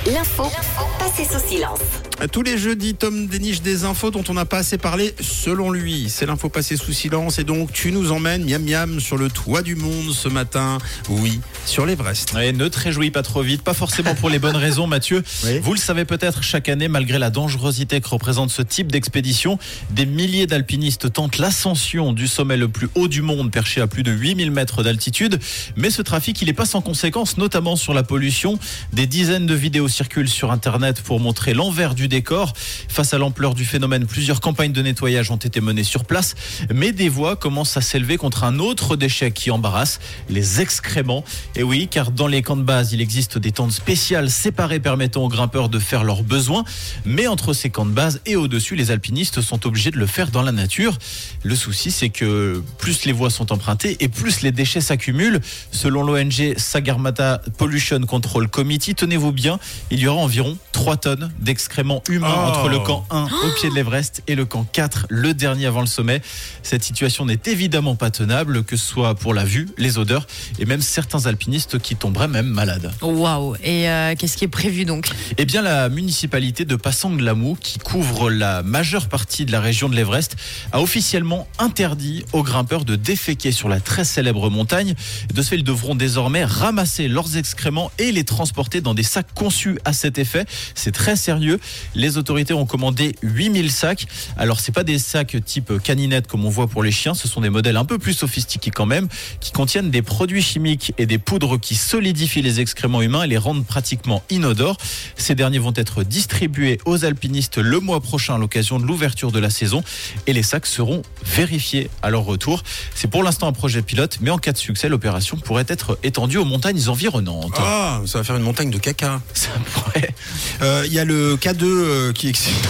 L'info passée sous silence. Tous les jeudis, Tom déniche des infos dont on n'a pas assez parlé, selon lui. C'est l'info passée sous silence et donc tu nous emmènes, miam miam, sur le toit du monde ce matin. Oui, sur l'Everest. Et ne te réjouis pas trop vite, pas forcément pour les bonnes raisons, Mathieu. Oui. Vous le savez peut-être, chaque année, malgré la dangerosité que représente ce type d'expédition, des milliers d'alpinistes tentent l'ascension du sommet le plus haut du monde, perché à plus de 8000 mètres d'altitude. Mais ce trafic, il n'est pas sans conséquences, notamment sur la pollution. Des dizaines de vidéos circulent sur Internet pour montrer l'envers du décor. Face à l'ampleur du phénomène, plusieurs campagnes de nettoyage ont été menées sur place, mais des voix commencent à s'élever contre un autre déchet qui embarrasse, les excréments. Et oui, car dans les camps de base, il existe des tentes spéciales séparées permettant aux grimpeurs de faire leurs besoins, mais entre ces camps de base et au-dessus, les alpinistes sont obligés de le faire dans la nature. Le souci, c'est que plus les voies sont empruntées et plus les déchets s'accumulent. Selon l'ONG Sagarmatha Pollution Control Committee, tenez-vous bien, il y aura environ 3 tonnes d'excréments humains entre le camp 1 au pied de l'Everest et le camp 4, le dernier avant le sommet. Cette situation n'est évidemment pas tenable, que ce soit pour la vue, les odeurs et même certains alpinistes qui tomberaient même malades. Waouh. Et qu'est-ce qui est prévu donc ? Eh bien, la municipalité de Pasang-Lamou, qui couvre la majeure partie de la région de l'Everest, a officiellement interdit aux grimpeurs de déféquer sur la très célèbre montagne. De ce fait, ils devront désormais ramasser leurs excréments et les transporter dans des sacs conçus à cet effet. C'est très sérieux. Les autorités ont commandé 8000 sacs. Alors, c'est pas des sacs type caninette comme on voit pour les chiens. Ce sont des modèles un peu plus sophistiqués quand même, qui contiennent des produits chimiques et des poudres qui solidifient les excréments humains et les rendent pratiquement inodores. Ces derniers vont être distribués aux alpinistes le mois prochain à l'occasion de l'ouverture de la saison et les sacs seront vérifiés à leur retour. C'est pour l'instant un projet pilote, mais en cas de succès, l'opération pourrait être étendue aux montagnes environnantes. Ah, ça va faire une montagne de caca. Ça pourrait. Il y a le K2 qui existe.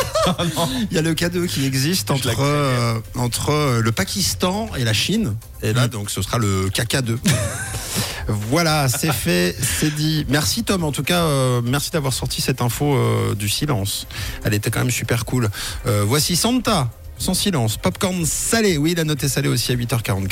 Il y a le K2 qui existe entre le Pakistan et la Chine. Et là, donc, ce sera le KK2. Voilà, c'est fait, c'est dit. Merci Tom, en tout cas, merci d'avoir sorti cette info du silence. Elle était quand même super cool. Voici Santa, sans silence. Popcorn salé, oui, il a noté salé aussi à 8h44.